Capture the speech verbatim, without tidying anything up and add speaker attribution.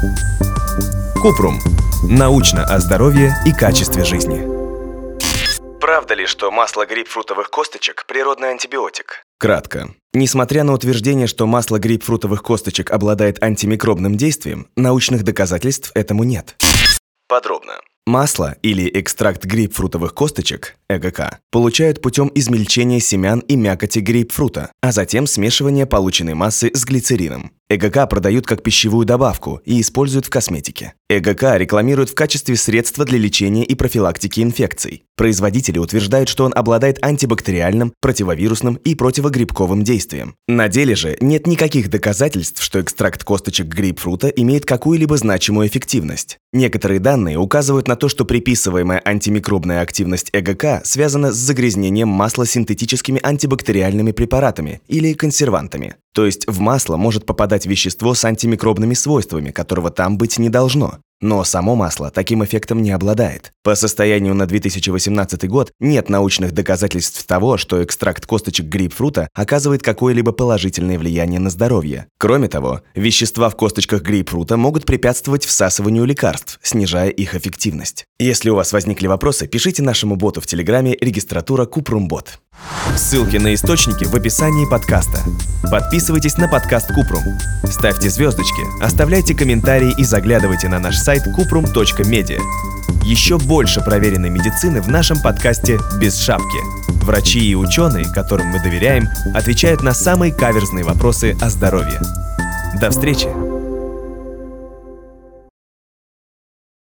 Speaker 1: Купрум. Научно о здоровье и качестве жизни. Правда ли, что масло грейпфрутовых косточек – природный антибиотик? Кратко. Несмотря на утверждение, что масло грейпфрутовых косточек обладает антимикробным действием, научных доказательств этому нет. Подробно. Масло или экстракт грейпфрутовых косточек, э гэ ка, получают путем измельчения семян и мякоти грейпфрута, а затем смешивания полученной массы с глицерином. э гэ ка продают как пищевую добавку и используют в косметике. э гэ ка рекламируют в качестве средства для лечения и профилактики инфекций. Производители утверждают, что он обладает антибактериальным, противовирусным и противогрибковым действием. На деле же нет никаких доказательств, что экстракт косточек грейпфрута имеет какую-либо значимую эффективность. Некоторые данные указывают на то, что приписываемая антимикробная активность э гэ ка связана с загрязнением масла синтетическими антибактериальными препаратами или консервантами. То есть в масло может попадать вещество с антимикробными свойствами, которого там быть не должно. Но само масло таким эффектом не обладает. По состоянию на две тысячи восемнадцатый год нет научных доказательств того, что экстракт косточек грейпфрута оказывает какое-либо положительное влияние на здоровье. Кроме того, вещества в косточках грейпфрута могут препятствовать всасыванию лекарств, снижая их эффективность. Если у вас возникли вопросы, пишите нашему боту в Телеграме регистратура Купрумбот. Ссылки на источники в описании подкаста. Подписывайтесь на подкаст Купрум. Ставьте звездочки, оставляйте комментарии и заглядывайте на наш сайт купрум точка медиа. Еще больше проверенной медицины в нашем подкасте «Без шапки». Врачи и ученые, которым мы доверяем, отвечают на самые каверзные вопросы о здоровье. До встречи!